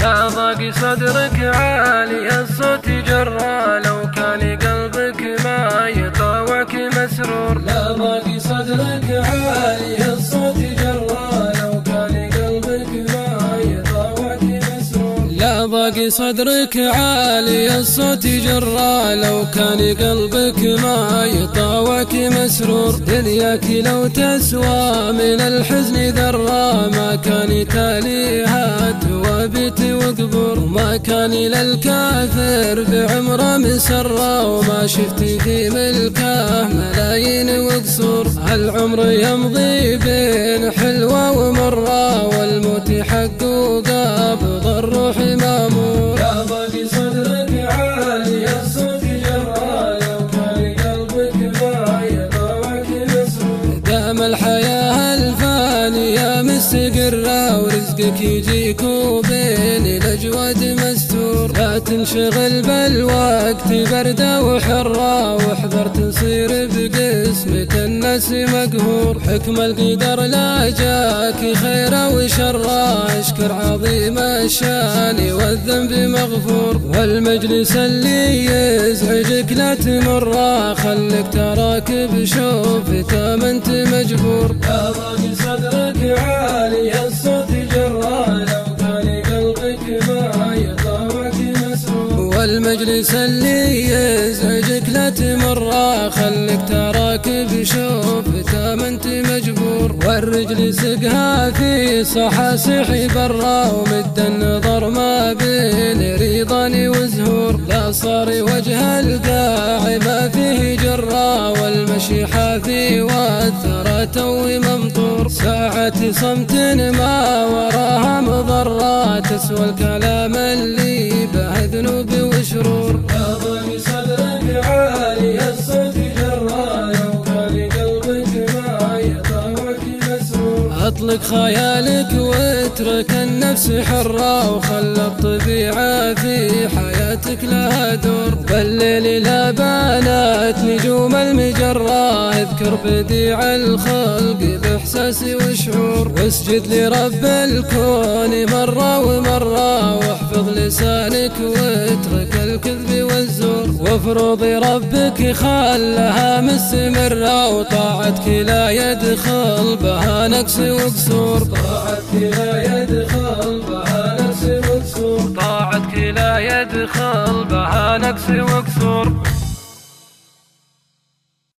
لا ضاق صدرك عالي الصوت جرى، لو كان قلبك ما يطاوعك مسرور. لا ضاق صدرك عالي الصوت جرى، لو كان قلبك ما يطاوعك مسرور. لا ضاق صدرك عالي الصوت جرى، لو كان قلبك ما يطاوعك مسرور. دنياك لو تسوى من الحزن ذرة، ما كان تاليها توابت وقبور. وما كان للكافر بعمره مسرة، وما شفت في ملكه ملايين وقصور. العمر يمضي بين حلوة ومرة، والموت حقه قابض الروح مامور. لا ضاق صدرك عالي الصوت جرى، لو كان قلبك ما يطاوعك مسرور. دام الحياة الفانية مستقرة، ورزقك يجيك وبين الأجواد مستور. لا تنشغل بالوقت بردة وحرة، واحذر تصير بقسمة الناس مقهور. حكم القدر لا جاك خير وشر، اشكر عظيم الشان والذنب مغفور. والمجلس اللي يزعجك لا تمر، خلك تراك بشوفته ما انت مجبور. لا ضاق صدرك عالي الصوت جرى، لو كان قلبك ما يطاوعك مسرور. والمجلس اللي يزعجك لا تمر، خلك تراك بشوفته ما انت مجبور. والرجل سقها في صحاصح برا، ومد النظر ما بين رضا وزهور. لا صار وجه القاع ما فيه جرا، والمشي حافي والثرى توي ممطور. ساعة صمت ما وراها مضرة، تسوى الكلام اللي به ذنوب وشرور. لا ضاق صدرك عالي الصوت جرى، لو كان قلبك ما يطاوعك مسرور. اطلق خيالك واترك النفس حرة، وخلى الطبيعة في حياتك لها دور. بالليل لا بانت نجوم المجرة، اذكر بديع الخلق باحساس وشعور. واسجد لرب الكون مرة ومرة، واحفظ لسانك واترك الكذب والزور. وافرض ربك خلها مستمرة، وطاعتك لا يدخل بها نقص وقصور. طاعتك لا يدخل بها نقص وقصور. طاعتك لا يدخل بها نقص وقصور.